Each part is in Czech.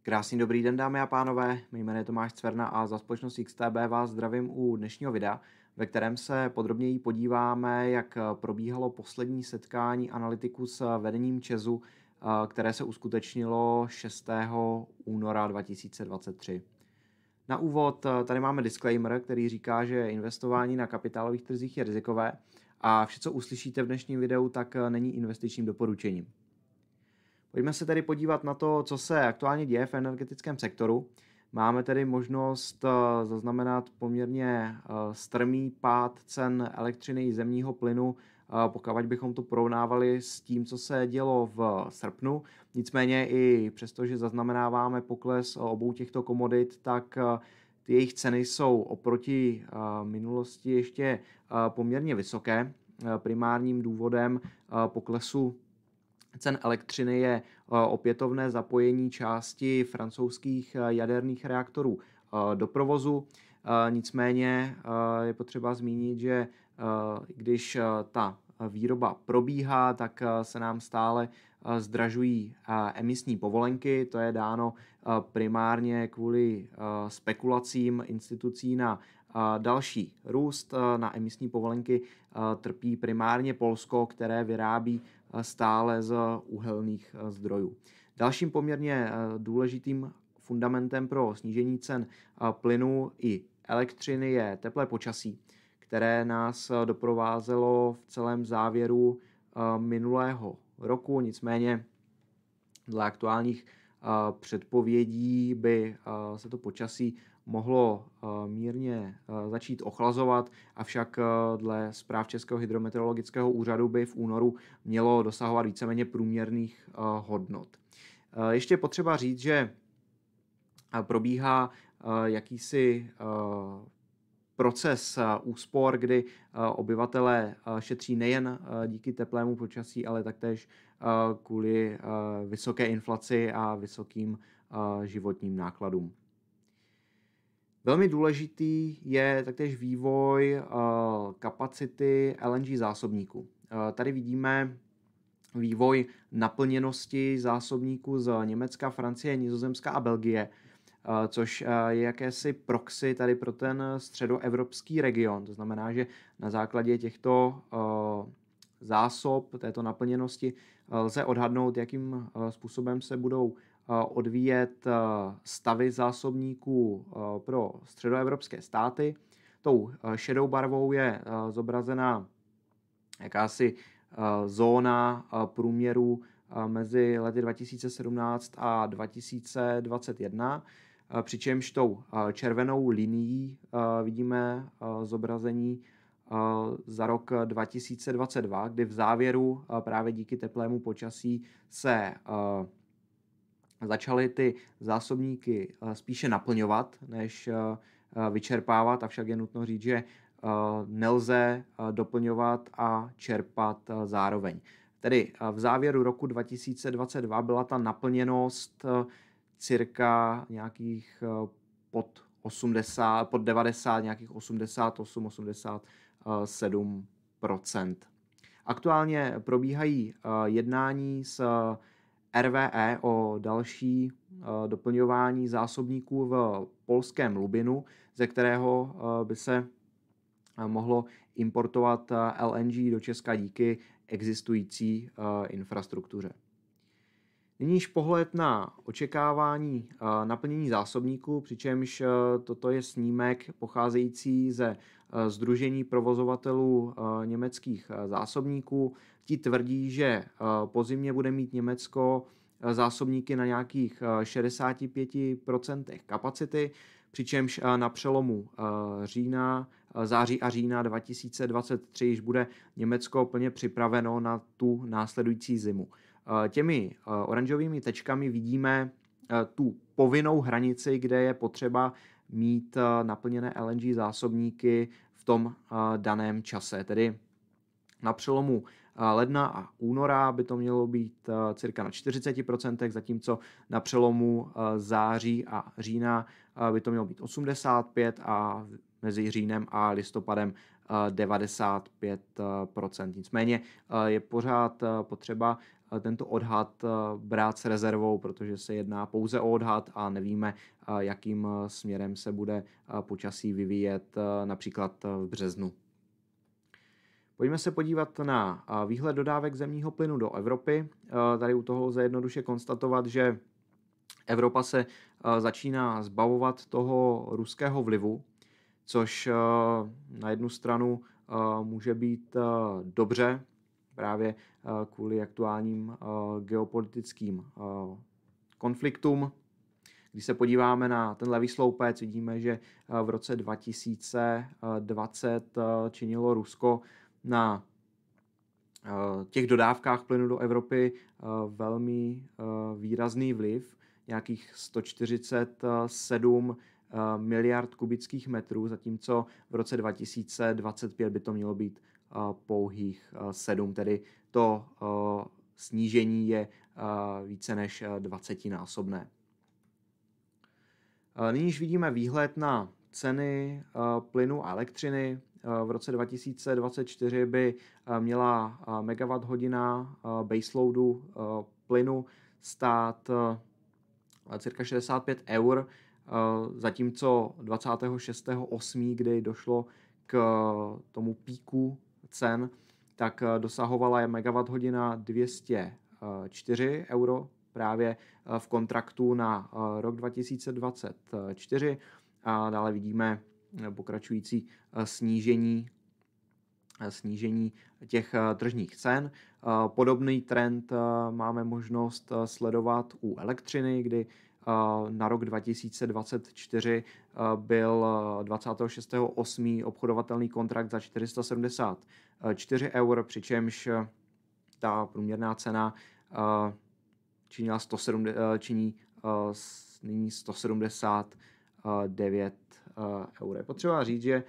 Krásný dobrý den, dámy a pánové. Mé jméno je Tomáš Cverna a za společnost XTB vás zdravím u dnešního videa, ve kterém se podrobněji podíváme, jak probíhalo poslední setkání analytiků s vedením ČEZu, které se uskutečnilo 6. února 2023. Na úvod tady máme disclaimer, který říká, že investování na kapitálových trzích je rizikové a vše, co uslyšíte v dnešním videu, tak není investičním doporučením. Pojďme se tedy podívat na to, co se aktuálně děje v energetickém sektoru. Máme tedy možnost zaznamenat poměrně strmý pád cen elektřiny i zemního plynu, pokud bychom to porovnávali s tím, co se dělo v srpnu. Nicméně i přesto, že zaznamenáváme pokles obou těchto komodit, tak ty jejich ceny jsou oproti minulosti ještě poměrně vysoké. Primárním důvodem poklesu cen elektřiny je opětovné zapojení části francouzských jaderných reaktorů do provozu. Nicméně je potřeba zmínit, že když ta výroba probíhá, tak se nám stále zdražují emisní povolenky. To je dáno primárně kvůli spekulacím institucí na další růst. Na emisní povolenky trpí primárně Polsko, které vyrábí stále z uhelných zdrojů. Dalším poměrně důležitým fundamentem pro snížení cen plynu i elektřiny je teplé počasí, které nás doprovázelo v celém závěru minulého roku. Nicméně dle aktuálních předpovědí by se to počasí mohlo mírně začít ochlazovat, avšak dle zpráv Českého hydrometeorologického úřadu by v únoru mělo dosahovat víceméně průměrných hodnot. Ještě je potřeba říct, že probíhá jakýsi proces úspor, kdy obyvatelé šetří nejen díky teplému počasí, ale taktéž kvůli vysoké inflaci a vysokým životním nákladům. Velmi důležitý je taktéž vývoj kapacity LNG zásobníků. Tady vidíme vývoj naplněnosti zásobníků z Německa, Francie, Nizozemska a Belgie, což je jakési proxy tady pro ten středoevropský region. To znamená, že na základě těchto zásob, této naplněnosti lze odhadnout, jakým způsobem se budou odvíjet stavy zásobníků pro středoevropské státy. Tou šedou barvou je zobrazena jakási zóna průměru mezi lety 2017 a 2021, přičemž tou červenou linií vidíme zobrazení za rok 2022, kdy v závěru právě díky teplému počasí se začaly ty zásobníky spíše naplňovat, než vyčerpávat, avšak je nutno říct, že nelze doplňovat a čerpat zároveň. Tedy v závěru roku 2022 byla ta naplněnost cirka nějakých pod 90, nějakých 88-87%. Aktuálně probíhají jednání s RWE o další doplňování zásobníků v polském Lubinu, ze kterého by se mohlo importovat LNG do Česka díky existující infrastruktuře. Nyní již pohled na očekávání naplnění zásobníků, přičemž toto je snímek pocházející ze Sdružení provozovatelů německých zásobníků. Ti tvrdí, že po zimě bude mít Německo zásobníky na nějakých 65% kapacity, přičemž na přelomu září a října 2023 již bude Německo plně připraveno na tu následující zimu. Těmi oranžovými tečkami vidíme tu povinnou hranici, kde je potřeba mít naplněné LNG zásobníky v tom daném čase. Tedy na přelomu ledna a února by to mělo být cirka na 40%, zatímco na přelomu září a října by to mělo být 85% a mezi říjnem a listopadem 95%. Nicméně je pořád potřeba tento odhad brát s rezervou, protože se jedná pouze o odhad a nevíme, jakým směrem se bude počasí vyvíjet například v březnu. Pojďme se podívat na výhled dodávek zemního plynu do Evropy. Tady u toho lze jednoduše konstatovat, že Evropa se začíná zbavovat toho ruského vlivu, což na jednu stranu může být dobře, právě kvůli aktuálním geopolitickým konfliktům. Když se podíváme na ten levý sloupec, vidíme, že v roce 2020 činilo Rusko na těch dodávkách plynu do Evropy velmi výrazný vliv, nějakých 147 miliard kubických metrů, zatímco v roce 2025 by to mělo být pouhých 7, tedy to snížení je více než 20násobné. Nyní již vidíme výhled na ceny plynu a elektřiny. V roce 2024 by měla megawatt hodina baseloadu plynu stát cirka 65 eur, zatímco 26.8., kdy došlo k tomu píku cen, tak dosahovala megawatt hodina 204 euro právě v kontraktu na rok 2024 a dále vidíme pokračující snížení těch tržních cen. Podobný trend máme možnost sledovat u elektřiny, kdy na rok 2024 byl 26.8. obchodovatelný kontrakt za 474 eur, přičemž ta průměrná cena činí nyní 179 eur. Je potřeba říct, že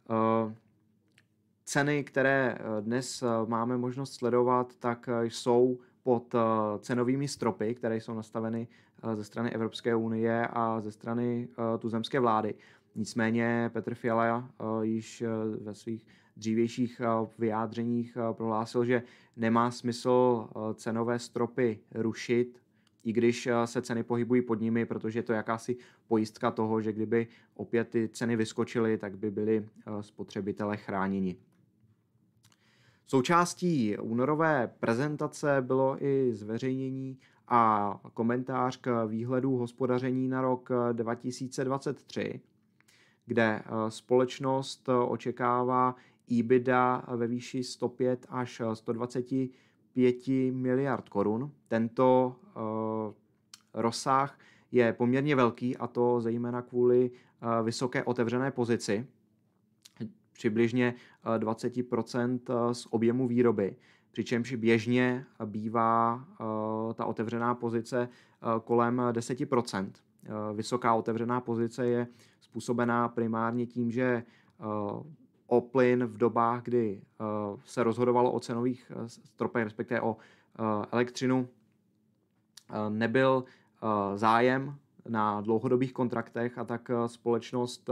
ceny, které dnes máme možnost sledovat, tak jsou pod cenovými stropy, které jsou nastaveny ze strany Evropské unie a ze strany tuzemské vlády. Nicméně Petr Fiala již ve svých dřívějších vyjádřeních prohlásil, že nemá smysl cenové stropy rušit, i když se ceny pohybují pod nimi, protože je to jakási pojistka toho, že kdyby opět ty ceny vyskočily, tak by byli spotřebitelé chráněni. Součástí únorové prezentace bylo i zveřejnění a komentář k výhledu hospodaření na rok 2023, kde společnost očekává EBITDA ve výši 105 až 125 miliard korun. Tento rozsah je poměrně velký, a to zejména kvůli vysoké otevřené pozici, přibližně 20% z objemu výroby, přičemž běžně bývá ta otevřená pozice kolem 10%. Vysoká otevřená pozice je způsobená primárně tím, že o plyn v dobách, kdy se rozhodovalo o cenových stropech, respektive o elektřinu, nebyl zájem na dlouhodobých kontraktech, a tak společnost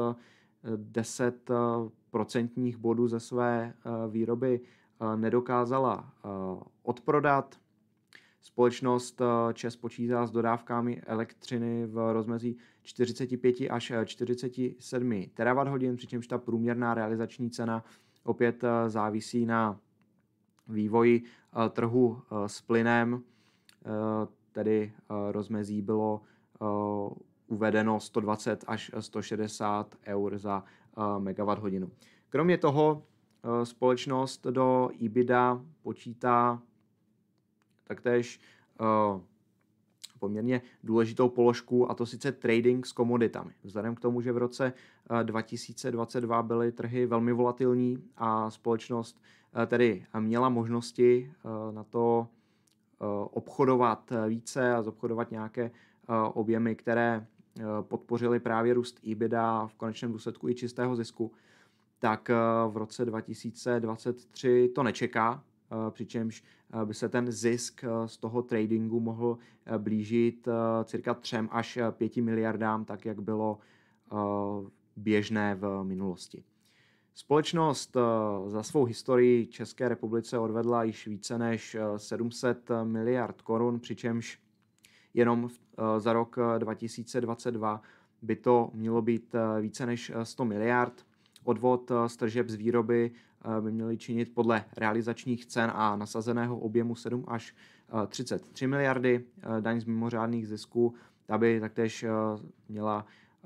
10% bodů ze své výroby nedokázala odprodat. Společnost ČEZ počítá s dodávkami elektřiny v rozmezí 45 až 47 terawatt-hodin, přičemž ta průměrná realizační cena opět závisí na vývoji trhu s plynem, tedy rozmezí bylo uvedeno 120 až 160 eur za megawatt-hodinu. Kromě toho společnost do EBITDA počítá taktéž poměrně důležitou položku, a to sice trading s komoditami. Vzhledem k tomu, že v roce 2022 byly trhy velmi volatilní a společnost tedy měla možnosti na to obchodovat více a zobchodovat nějaké objemy, které podpořily právě růst EBITDA a v konečném důsledku i čistého zisku, tak v roce 2023 to nečeká, přičemž by se ten zisk z toho tradingu mohl blížit cirka 3 až 5 miliardám, tak jak bylo běžné v minulosti. Společnost za svou historii České republice odvedla již více než 700 miliard korun, přičemž jenom za rok 2022 by to mělo být více než 100 miliard. Odvod z tržeb z výroby by měly činit podle realizačních cen a nasazeného objemu 7 až 33 miliardy. Daň z mimořádných zisků ta by taktéž měla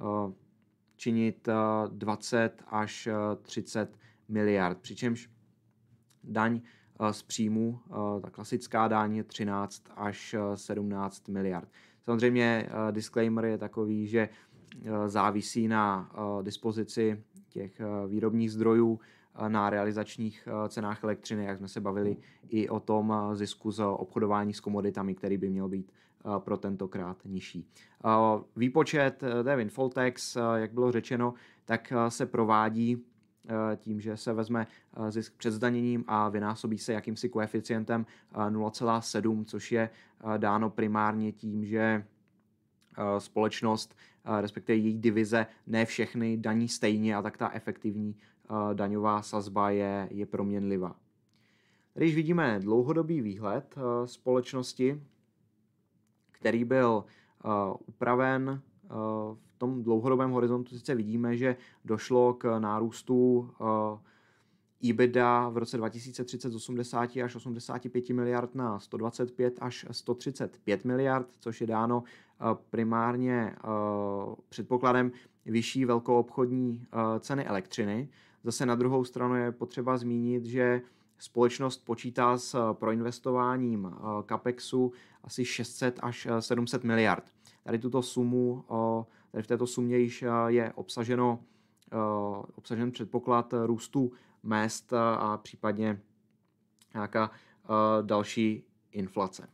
činit 20 až 30 miliard. Přičemž daň z příjmu, ta klasická daň je 13 až 17 miliard. Samozřejmě disclaimer je takový, že závisí na dispozici těch výrobních zdrojů, na realizačních cenách elektřiny, jak jsme se bavili i o tom zisku z obchodování s komoditami, který by měl být pro tentokrát nižší. Výpočet té windfall tax, jak bylo řečeno, tak se provádí tím, že se vezme zisk před zdaněním a vynásobí se jakýmsi koeficientem 0,7, což je dáno primárně tím, že společnost, respektive její divize, ne všechny daní stejně a tak ta efektivní daňová sazba je proměnlivá. Když vidíme dlouhodobý výhled společnosti, který byl upraven v tom dlouhodobém horizontu, sice vidíme, že došlo k nárůstu EBITDA v roce 2030 z 80 až 85 miliard na 125 až 135 miliard, což je dáno primárně předpokladem vyšší velkoobchodní ceny elektřiny. Zase na druhou stranu je potřeba zmínit, že společnost počítá s proinvestováním CAPEXu asi 600 až 700 miliard. Tady tuto sumu, tady v této sumě již je obsažen předpoklad růstu mezd a případně nějaká další inflace.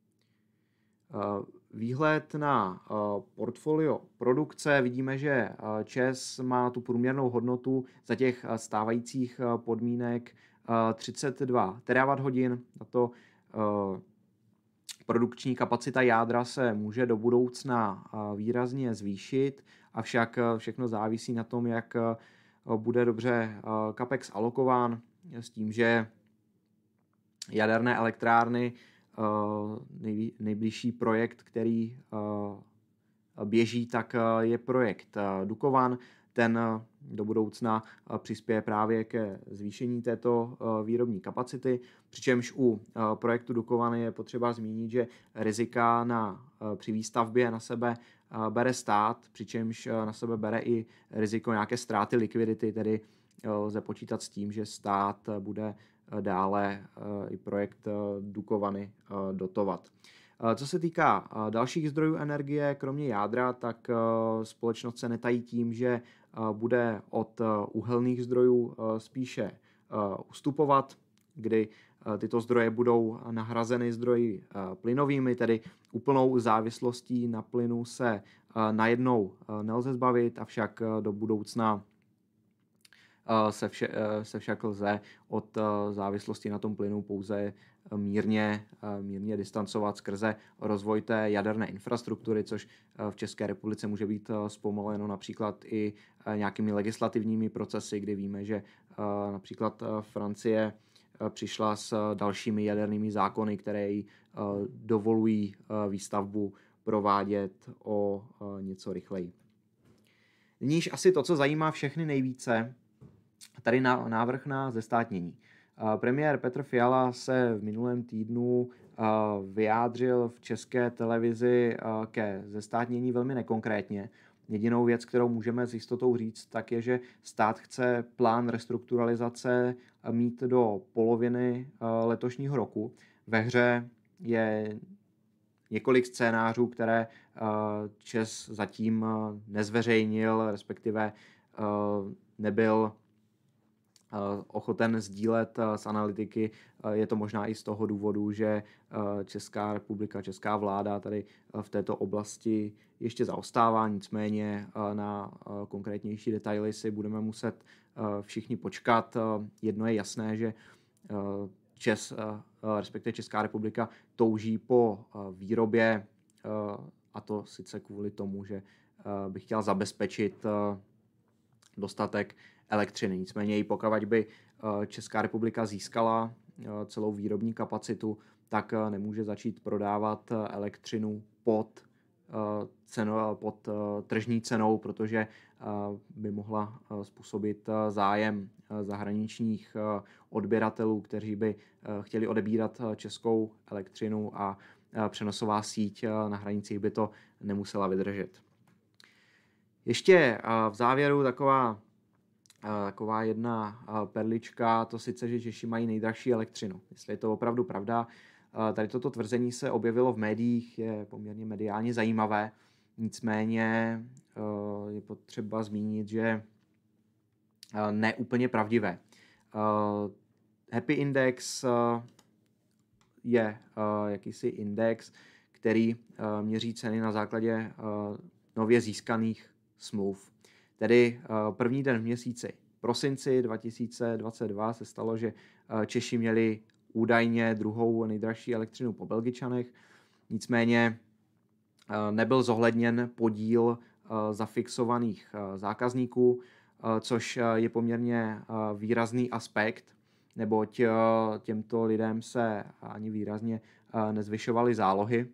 Výhled na portfolio produkce. Vidíme, že ČEZ má tu průměrnou hodnotu za těch stávajících podmínek 32 terawatt-hodin. Tato produkční kapacita jádra se může do budoucna výrazně zvýšit, avšak všechno závisí na tom, jak bude dobře CAPEX alokován, s tím, že jaderné elektrárny, nejbližší projekt, který běží, tak je projekt Dukovan. Ten do budoucna přispěje právě ke zvýšení této výrobní kapacity, přičemž u projektu Dukovan je potřeba zmínit, že rizika při výstavbě na sebe bere stát, přičemž na sebe bere i riziko nějaké ztráty likvidity, tedy lze počítat s tím, že stát bude dále i projekt Dukovany dotovat. Co se týká dalších zdrojů energie, kromě jádra, tak společnost se netají tím, že bude od uhelných zdrojů spíše ustupovat, kdy tyto zdroje budou nahrazeny zdroji plynovými, tedy úplnou závislostí na plynu se najednou nelze zbavit, avšak do budoucna se však lze od závislosti na tom plynu pouze mírně distancovat skrze rozvoj té jaderné infrastruktury, což v České republice může být zpomaleno například i nějakými legislativními procesy, kdy víme, že například Francie přišla s dalšími jadernými zákony, které jí dovolují výstavbu provádět o něco rychleji. Nyní asi to, co zajímá všechny nejvíce, tady návrh na zestátnění. Premiér Petr Fiala se v minulém týdnu vyjádřil v České televizi ke zestátnění velmi nekonkrétně. Jedinou věc, kterou můžeme s jistotou říct, tak je, že stát chce plán restrukturalizace mít do poloviny letošního roku. Ve hře je několik scénářů, které ČEZ zatím nezveřejnil, respektive nebyl ochoten sdílet s analytiky. Je to možná i z toho důvodu, že Česká republika, česká vláda tady v této oblasti ještě zaostává, nicméně na konkrétnější detaily si budeme muset všichni počkat. Jedno je jasné, že ČEZ, respektive Česká republika, touží po výrobě, a to sice kvůli tomu, že by chtěla zabezpečit dostatek elektřiny. Nicméně i pokud by Česká republika získala celou výrobní kapacitu, tak nemůže začít prodávat elektřinu pod tržní cenou, protože by mohla způsobit zájem zahraničních odběratelů, kteří by chtěli odebírat českou elektřinu a přenosová síť na hranicích by to nemusela vydržet. Ještě v závěru taková jedna perlička, to sice, že Češi mají nejdražší elektřinu. Jestli je to opravdu pravda, tady toto tvrzení se objevilo v médiích, je poměrně mediálně zajímavé, nicméně je potřeba zmínit, že ne úplně pravdivé. Happy Index je jakýsi index, který měří ceny na základě nově získaných smluv. Tedy první den v měsíci prosinci 2022 se stalo, že Češi měli údajně druhou nejdražší elektřinu po Belgičanech, nicméně nebyl zohledněn podíl zafixovaných zákazníků, což je poměrně výrazný aspekt, neboť těmto lidem se ani výrazně nezvyšovaly zálohy.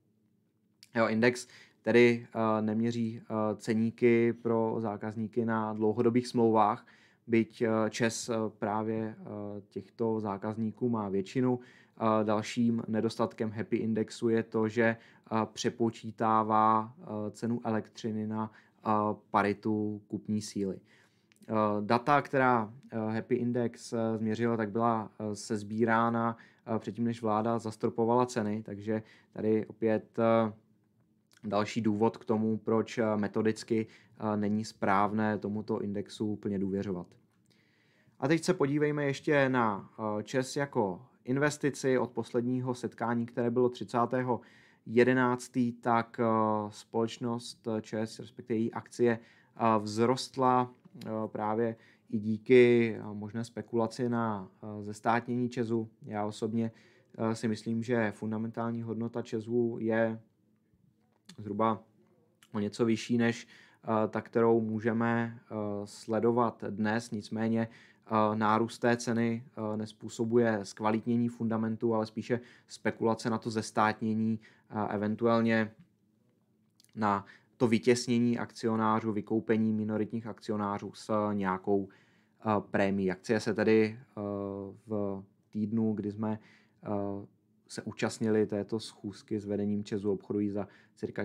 Index tedy neměří ceníky pro zákazníky na dlouhodobých smlouvách, byť ČEZ právě těchto zákazníků má většinu. Dalším nedostatkem Happy Indexu je to, že přepočítává cenu elektřiny na paritu kupní síly. Data, která Happy Index změřila, tak byla sesbírána předtím, než vláda zastropovala ceny, takže tady opět další důvod k tomu, proč metodicky není správné tomuto indexu úplně důvěřovat. A teď se podívejme ještě na ČEZ jako investici. Od posledního setkání, které bylo 30.11., tak společnost ČEZ, respektive její akcie, vzrostla právě i díky možné spekulaci na zestátnění ČEZu. Já osobně si myslím, že fundamentální hodnota ČEZu je zhruba o něco vyšší než ta, kterou můžeme sledovat dnes. Nicméně nárůst té ceny nespůsobuje zkvalitnění fundamentu, ale spíše spekulace na to zestátnění, eventuálně na to vytěsnění akcionářů, vykoupení minoritních akcionářů s nějakou prémií. Akcie se tedy v týdnu, kdy jsme se účastnili této schůzky s vedením ČEZu, obchodují za cirka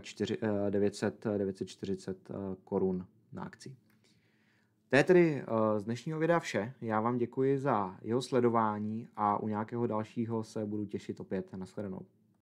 940 korun na akci. To je tedy z dnešního videa vše. Já vám děkuji za jeho sledování a u nějakého dalšího se budu těšit opět. Nashledanou.